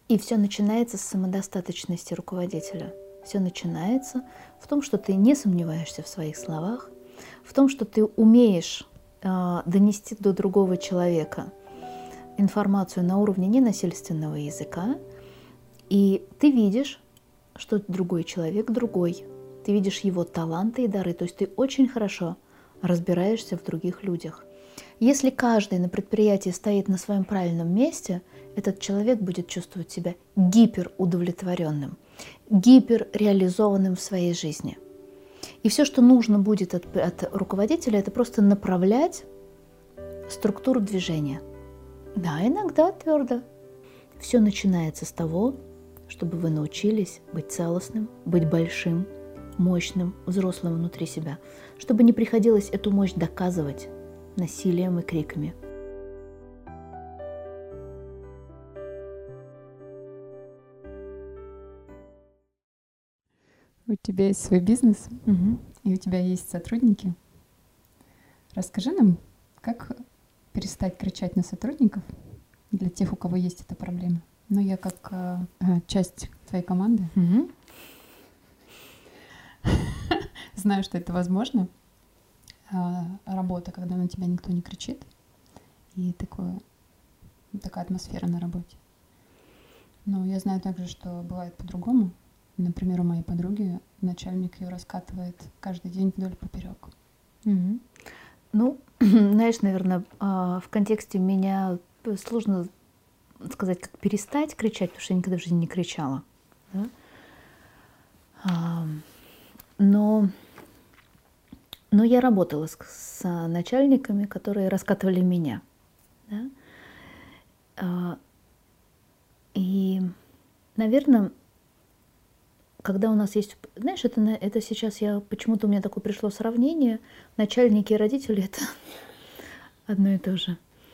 И все начинается с самодостаточности руководителя. Все начинается в том, что ты не сомневаешься в своих словах, в том, что ты умеешь донести до другого человека информацию на уровне ненасильственного языка, и ты видишь, что другой человек другой. Ты видишь его таланты и дары, то есть ты очень хорошо разбираешься в других людях. Если каждый на предприятии стоит на своем правильном месте, этот человек будет чувствовать себя гиперудовлетворенным, гиперреализованным в своей жизни. И все, что нужно будет от руководителя, это просто направлять структуру движения. Да, иногда твердо. Все начинается с того, чтобы вы научились быть целостным, быть большим, мощным, взрослым внутри себя, чтобы не приходилось эту мощь доказывать насилием и криками. У тебя есть свой бизнес, и у тебя есть сотрудники. Расскажи нам, как перестать кричать на сотрудников для тех, у кого есть эта проблема. Но я как часть твоей команды знаю, что это возможно. Работа, когда на тебя никто не кричит, и такая атмосфера на работе. Но я знаю также, что бывает по-другому. Например, у моей подруги начальник ее раскатывает каждый день вдоль поперек. Ну, знаешь, наверное, в контексте меня сложно сказать, как перестать кричать, потому что я никогда в жизни не кричала. Да? Но я работала с начальниками, которые раскатывали меня. Да? И, наверное, когда у нас есть, знаешь, это сейчас почему-то у меня такое пришло сравнение, начальники и родители — это одно и то же.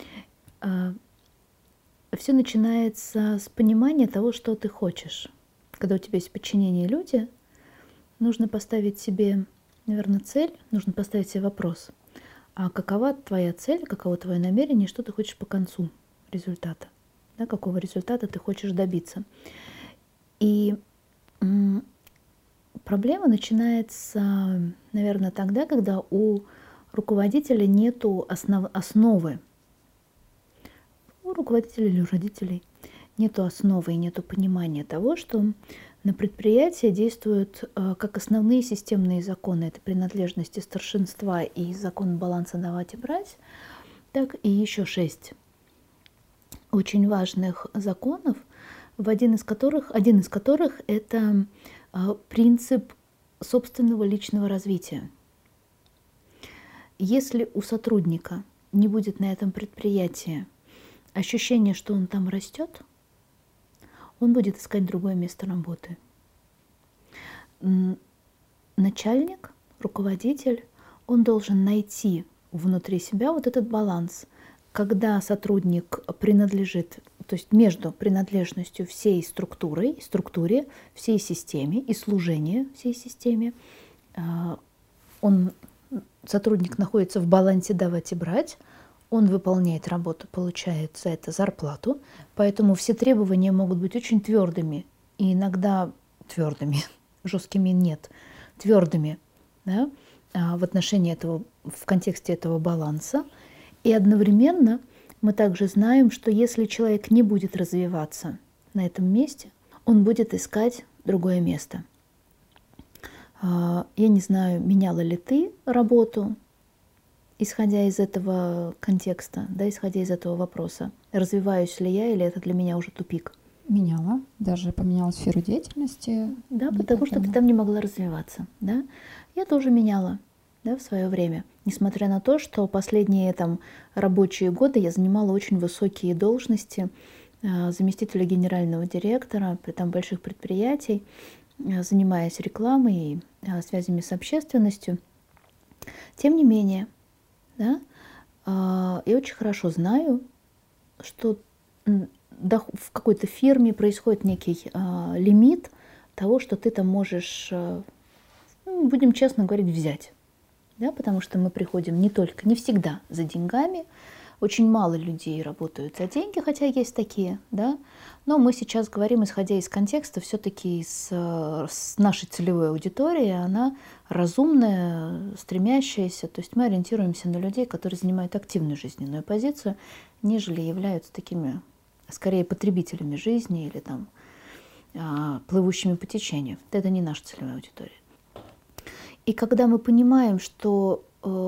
Все начинается с понимания того, что ты хочешь. Когда у тебя есть подчинение люди, нужно поставить себе, наверное, цель, нужно поставить себе вопрос. А какова твоя цель, каково твое намерение, что ты хочешь по концу результата? Да, какого результата ты хочешь добиться? И проблема начинается, наверное, тогда, когда у руководителя нету основы. У руководителей или у родителей нету основы и нету понимания того, что на предприятии действуют как основные системные законы. Это принадлежности старшинства и закон баланса давать и брать, так и еще 6 очень важных законов, один из которых это принцип собственного личного развития. Если у сотрудника не будет на этом предприятии ощущения, что он там растет, он будет искать другое место работы. Начальник, руководитель, он должен найти внутри себя вот этот баланс, когда сотрудник принадлежит, то есть между принадлежностью всей структуре, всей системе и служение всей системе, сотрудник находится в балансе давать и брать, он выполняет работу, получает за это зарплату, поэтому все требования могут быть очень твердыми и иногда твердыми, жесткими нет, твердыми, да, в отношении этого, в контексте этого баланса. И одновременно мы также знаем, что если человек не будет развиваться на этом месте, он будет искать другое место. Я не знаю, меняла ли ты работу, исходя из этого контекста, да, исходя из этого вопроса. Развиваюсь ли я, или это для меня уже тупик? Меняла, даже поменяла сферу деятельности. Да, потому что ты там не могла развиваться. Да? Я тоже меняла, да, в свое время. Несмотря на то, что последние рабочие годы я занимала очень высокие должности заместителя генерального директора при больших предприятий, занимаясь рекламой и связями с общественностью. Тем не менее, да, я очень хорошо знаю, что в какой-то фирме происходит некий лимит того, что ты там можешь, будем честно говорить, взять. Да, потому что мы приходим не всегда за деньгами Очень мало людей работают за деньги, хотя есть такие, да. Но мы сейчас говорим, исходя из контекста, все-таки с нашей целевой аудиторией, она разумная, стремящаяся. То есть мы ориентируемся на людей, которые занимают активную жизненную позицию, нежели являются такими, скорее, потребителями жизни или там плывущими по течению. Это не наша целевая аудитория. И когда мы понимаем, что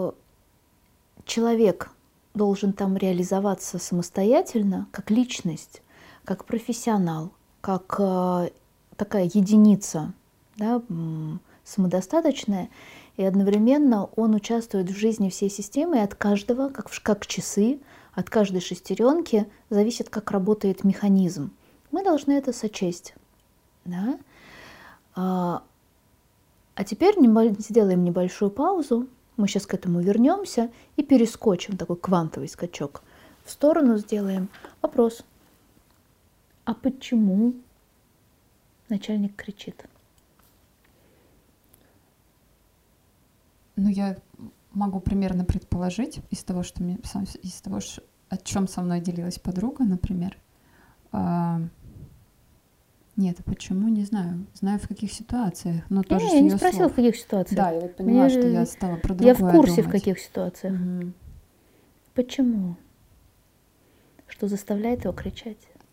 человек должен там реализоваться самостоятельно, как личность, как профессионал, как такая единица, да, самодостаточная, и одновременно он участвует в жизни всей системы, и от каждого, как часы, от каждой шестеренки зависит, как работает механизм. Мы должны это сочесть. Да? А теперь сделаем небольшую паузу, мы сейчас к этому вернемся и перескочим, такой квантовый скачок в сторону сделаем. Вопрос. А почему начальник кричит? Ну, я могу примерно предположить из того, о чем со мной делилась подруга, например. Нет, почему, не знаю. Знаю, в каких ситуациях, но тоже Я не спросила, в каких ситуациях. Да, я вот поняла, что я стала про другое Я в курсе, думать. в каких ситуациях. Угу. Почему? Что заставляет его кричать?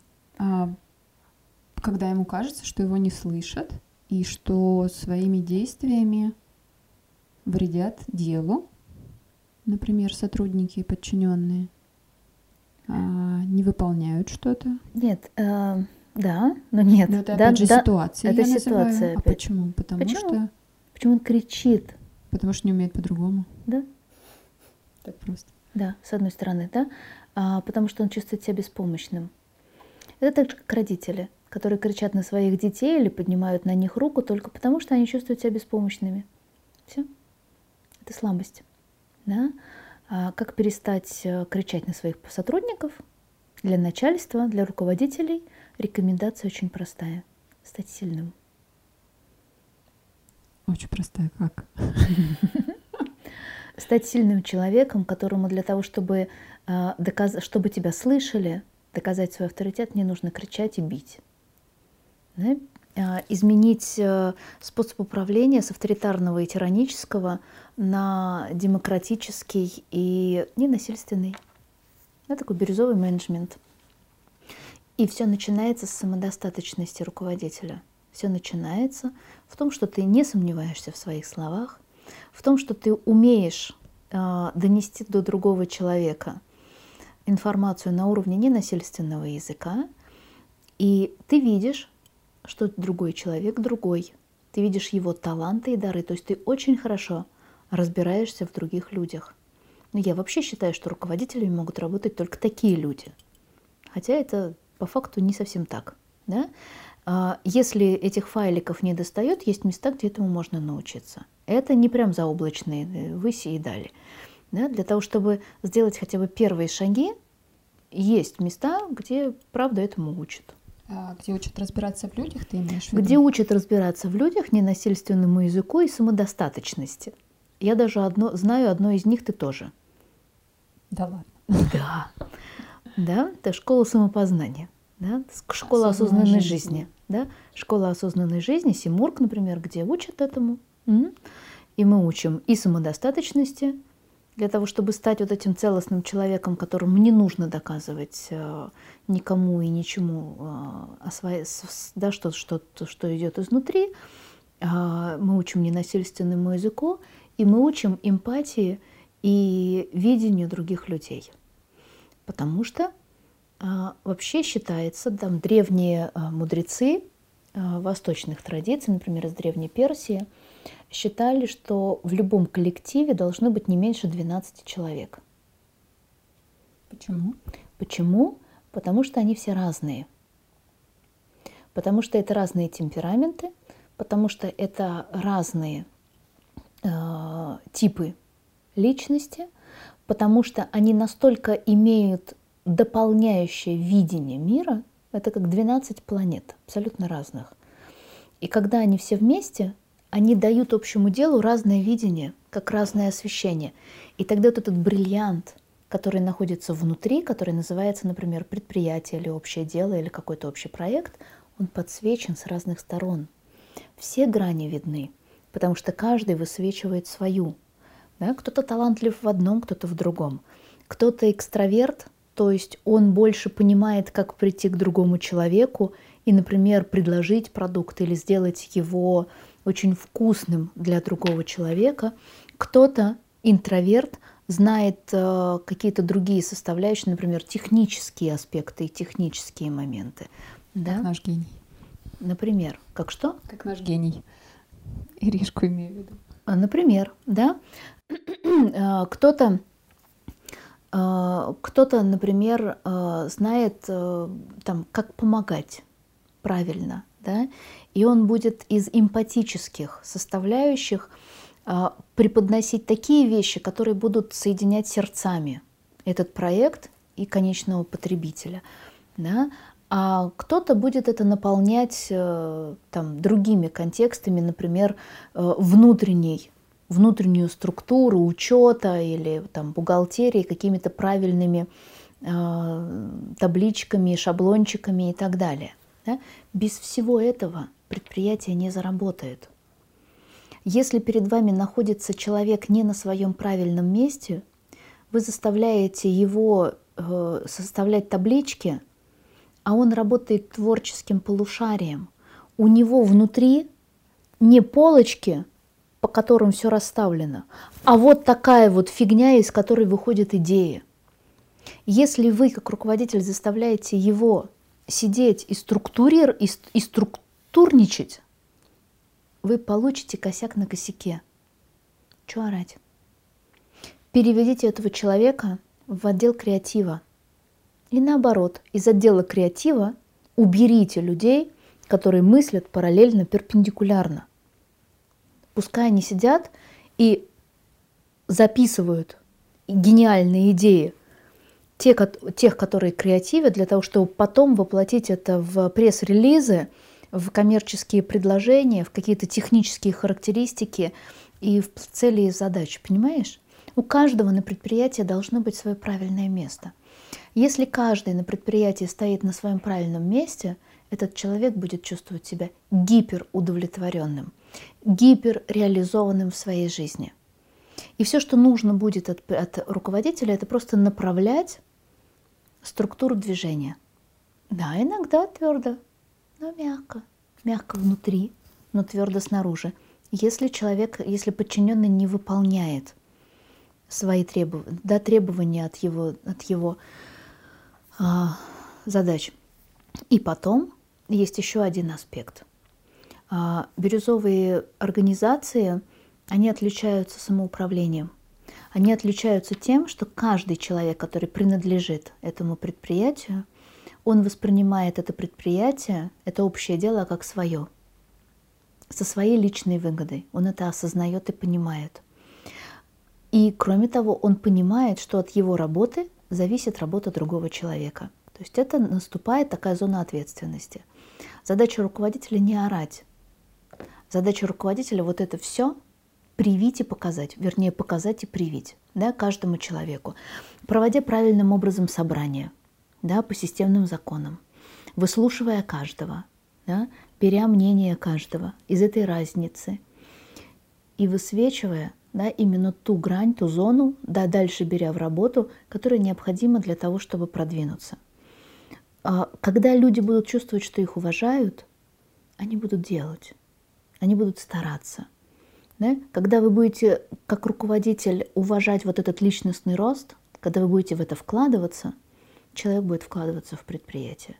Когда ему кажется, что его не слышат, и что своими действиями вредят делу, например, сотрудники и подчиненные, не выполняют что-то. Нет, да, но нет. Но это опять же ситуация. Это я ситуация. Называю. А почему? Почему он кричит? Потому что не умеет по-другому. Да. Так просто. Да, с одной стороны, да. Потому что он чувствует себя беспомощным. Это так же, как родители, которые кричат на своих детей или поднимают на них руку только потому, что они чувствуют себя беспомощными. Все. Это слабость. Да? Как перестать кричать на своих сотрудников? Для начальства, для руководителей рекомендация очень простая. Стать сильным. Очень простая. Как? Стать сильным человеком, которому для того, чтобы тебя слышали, доказать свой авторитет, не нужно кричать и бить. Да? Изменить способ управления с авторитарного и тиранического на демократический и ненасильственный. Да, такой бирюзовый менеджмент. И все начинается с самодостаточности руководителя. Все начинается в том, что ты не сомневаешься в своих словах, в том, что ты умеешь донести до другого человека информацию на уровне ненасильственного языка, и ты видишь, что другой человек другой. Ты видишь его таланты и дары. То есть ты очень хорошо разбираешься в других людях. Но я вообще считаю, что руководителями могут работать только такие люди. Хотя это по факту не совсем так. Да? Если этих файликов не достает, есть места, где этому можно научиться. Это не прям заоблачные выси и дали. Да? Для того, чтобы сделать хотя бы первые шаги, есть места, где, правда, этому учат. Где учат разбираться в людях, ты имеешь в виду? Где учат разбираться в людях, ненасильственному языку и самодостаточности. Я даже знаю одно из них, ты тоже. Да ладно. Да. Да, это школа самопознания. Да? Школа осознанной жизни. Да? Школа осознанной жизни, Симург, например, где учат этому. И мы учим и самодостаточности, для того, чтобы стать вот этим целостным человеком, которому не нужно доказывать никому и ничему, да, что идет изнутри. Мы учим ненасильственному языку, и мы учим эмпатии и видению других людей. Потому что вообще считается, там древние мудрецы восточных традиций, например, из Древней Персии, считали, что в любом коллективе должно быть не меньше 12 человек. Почему? Почему? Потому что они все разные. Потому что это разные темпераменты, потому что это разные типы личности, потому что они настолько имеют дополняющее видение мира, это как 12 планет, абсолютно разных. И когда они все вместе, они дают общему делу разное видение, как разное освещение. И тогда вот этот бриллиант который находится внутри, который называется, например, предприятие или общее дело или какой-то общий проект, он подсвечен с разных сторон. Все грани видны, потому что каждый высвечивает свою. Да? Кто-то талантлив в одном, кто-то в другом. Кто-то экстраверт, то есть он больше понимает, как прийти к другому человеку и, например, предложить продукт или сделать его очень вкусным для другого человека. Кто-то интроверт, знает какие-то другие составляющие, например, технические аспекты и технические моменты. Да? Как наш гений. Например, как что? Как наш гений. Иришку имею в виду. Например, да. Кто-то, например, знает, там, как помогать правильно, да, и он будет из эмпатических составляющих преподносить такие вещи, которые будут соединять сердцами этот проект и конечного потребителя. Да? А кто-то будет это наполнять там, другими контекстами, например, внутреннюю структуру учета или там, бухгалтерии, какими-то правильными табличками, шаблончиками и так далее. Да? Без всего этого предприятие не заработает. Если перед вами находится человек не на своем правильном месте, вы заставляете его составлять таблички, а он работает творческим полушарием. У него внутри не полочки, по которым все расставлено, а вот такая вот фигня, из которой выходит идея. Если вы, как руководитель, заставляете его сидеть и структурничать, вы получите косяк на косяке. Чего орать? Переведите этого человека в отдел креатива. И наоборот, из отдела креатива уберите людей, которые мыслят параллельно, перпендикулярно. Пускай они сидят и записывают гениальные идеи тех, которые креативят, для того, чтобы потом воплотить это в пресс-релизы, в коммерческие предложения, в какие-то технические характеристики и в цели и задачи. Понимаешь? У каждого на предприятии должно быть свое правильное место. Если каждый на предприятии стоит на своем правильном месте, этот человек будет чувствовать себя гиперудовлетворенным, гиперреализованным в своей жизни. И все, что нужно будет от руководителя, это просто направлять структуру движения. Да, иногда твердо, но мягко. Мягко внутри, но твердо снаружи. Если подчиненный не выполняет свои требования от его задач. И потом есть еще один аспект. Бирюзовые организации, они отличаются самоуправлением. Они отличаются тем, что каждый человек, который принадлежит этому предприятию, он воспринимает это предприятие, это общее дело как свое, со своей личной выгодой. Он это осознает и понимает. И кроме того, он понимает, что от его работы зависит работа другого человека. То есть это наступает такая зона ответственности. Задача руководителя не орать. Задача руководителя вот это все привить и показать, вернее показать и привить, да, каждому человеку, проводя правильным образом собрания, да, по системным законам, выслушивая каждого, да, беря мнение каждого из этой разницы и высвечивая, да, именно ту грань, ту зону, да, дальше беря в работу, которая необходима для того, чтобы продвинуться. Когда люди будут чувствовать, что их уважают, они будут делать, они будут стараться. Да? Когда вы будете, как руководитель, уважать вот этот личностный рост, когда вы будете в это вкладываться, человек будет вкладываться в предприятие.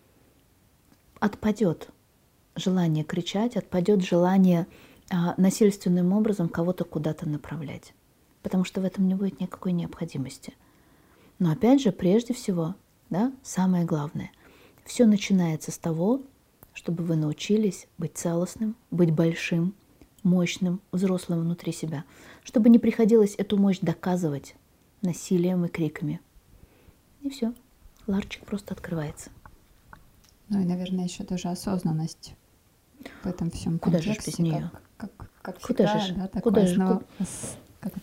Отпадет желание кричать, отпадет желание насильственным образом кого-то куда-то направлять, потому что в этом не будет никакой необходимости. Но опять же, прежде всего, да, самое главное, все начинается с того, чтобы вы научились быть целостным, быть большим, мощным, взрослым внутри себя, чтобы не приходилось эту мощь доказывать насилием и криками. И все, ларчик просто открывается. Ну и, наверное, еще даже осознанность в этом всем куда контексте. Куда же без нее? Как всегда, да, такое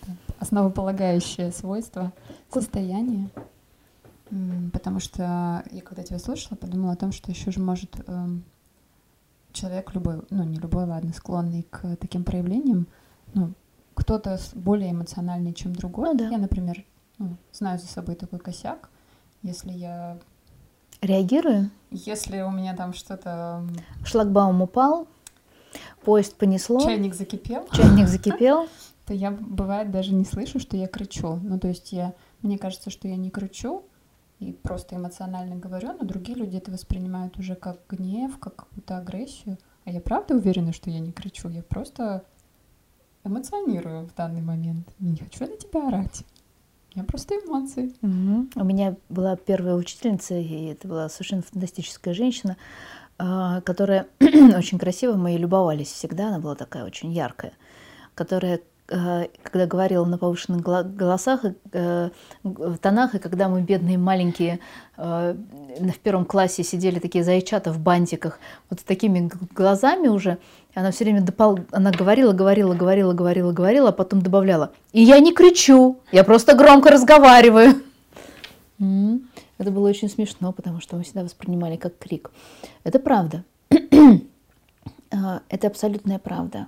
основополагающее свойство, состояние. Потому что я когда тебя слушала, подумала о том, что еще же может человек любой, ну не любой, ладно, склонный к таким проявлениям, ну, кто-то более эмоциональный, чем другой. Ну, да. Я, например, знаю за собой такой косяк, если я... Реагирую? Если у меня там что-то... Шлагбаум упал, поезд понесло. Чайник закипел. То я, бывает, даже не слышу, что я кричу. Ну, то есть мне кажется, что я не кричу и просто эмоционально говорю, но другие люди это воспринимают уже как гнев, как какую-то агрессию. А я правда уверена, что я не кричу, я просто эмоционирую в данный момент. Не хочу на тебя орать. Я просто эмоции. У меня была первая учительница, и это была совершенно фантастическая женщина, которая очень красиво, мы ей любовались всегда, она была такая очень яркая, которая, когда говорила на повышенных голосах, в тонах, и когда мы, бедные маленькие, в первом классе сидели такие зайчата в бантиках, вот с такими глазами уже, она все время она говорила, а потом добавляла: «И я не кричу, я просто громко разговариваю». Это было очень смешно, потому что мы всегда воспринимали как крик. Это правда. Это абсолютная правда.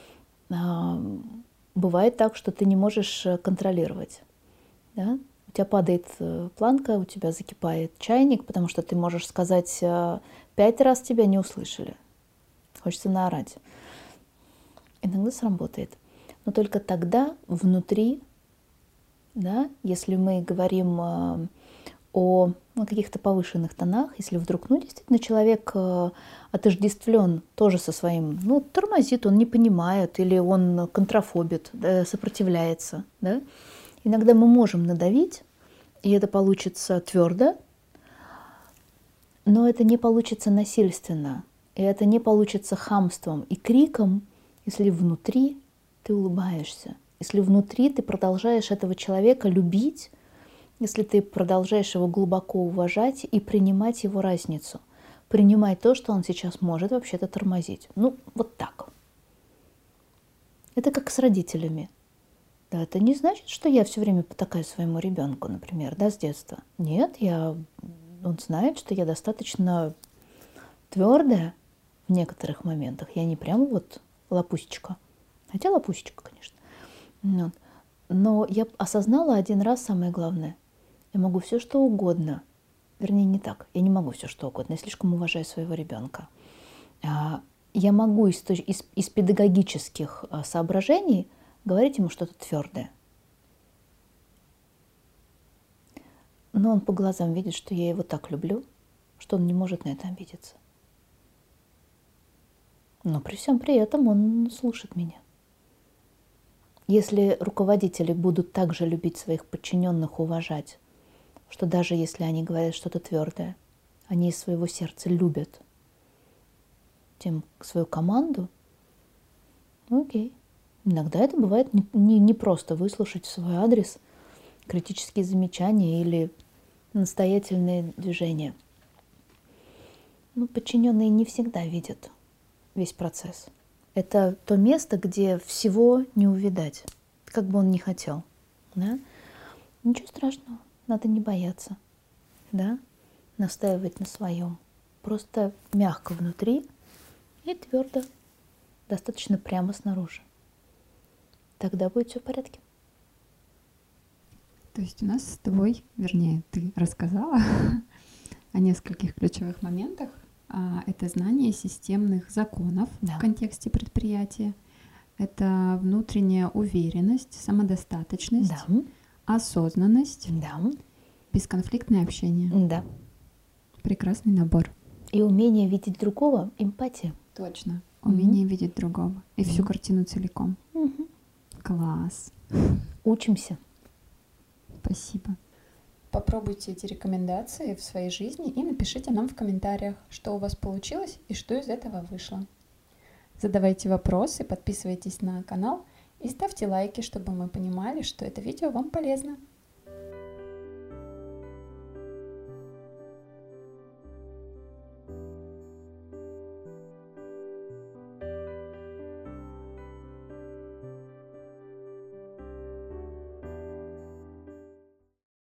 Бывает так, что ты не можешь контролировать. Да? У тебя падает планка, у тебя закипает чайник, потому что ты можешь сказать 5 раз, тебя не услышали. Хочется наорать. Иногда сработает. Но только тогда внутри, да, если мы говорим о каких-то повышенных тонах, если вдруг, действительно человек отождествлен тоже со своим, тормозит, он не понимает, или он контрафобит, да, сопротивляется, да, иногда мы можем надавить, и это получится твердо, но это не получится насильственно, и это не получится хамством и криком, если внутри ты улыбаешься, если внутри ты продолжаешь этого человека любить, если ты продолжаешь его глубоко уважать и принимать его разницу, принимать то, что он сейчас может вообще-то тормозить. Вот так. Это как с родителями. Да, это не значит, что я все время потакаю своему ребенку, например, да, с детства. Нет, он знает, что я достаточно твердая в некоторых моментах. Я не прямо вот лапусечка. Хотя лапусечка, конечно. Но я осознала один раз самое главное. Я могу все что угодно. Вернее, не так. Я не могу все что угодно. Я слишком уважаю своего ребенка. Я могу из педагогических соображений говорить ему что-то твердое. Но он по глазам видит, что я его так люблю, что он не может на это обидеться. Но при всем при этом он слушает меня. Если руководители будут также любить своих подчиненных, уважать, что даже если они говорят что-то твердое, они из своего сердца любят свою команду, окей. Иногда это бывает не просто выслушать в свой адрес критические замечания или настоятельные движения. Подчиненные не всегда видят весь процесс. Это то место, где всего не увидать, как бы он ни хотел. Да? Ничего страшного, надо не бояться, да? Настаивать на своем. Просто мягко внутри и твердо, достаточно прямо снаружи. Тогда будет все в порядке. То есть у нас с тобой, вернее, ты рассказала о нескольких ключевых моментах. Это знание системных законов в контексте предприятия. Это внутренняя уверенность, самодостаточность, осознанность, бесконфликтное общение. Да. Прекрасный набор. И умение видеть другого, эмпатия. Точно. Умение видеть другого. И всю картину целиком. Класс. Учимся. Спасибо. Попробуйте эти рекомендации в своей жизни и напишите нам в комментариях, что у вас получилось и что из этого вышло. Задавайте вопросы, подписывайтесь на канал и ставьте лайки, чтобы мы понимали, что это видео вам полезно.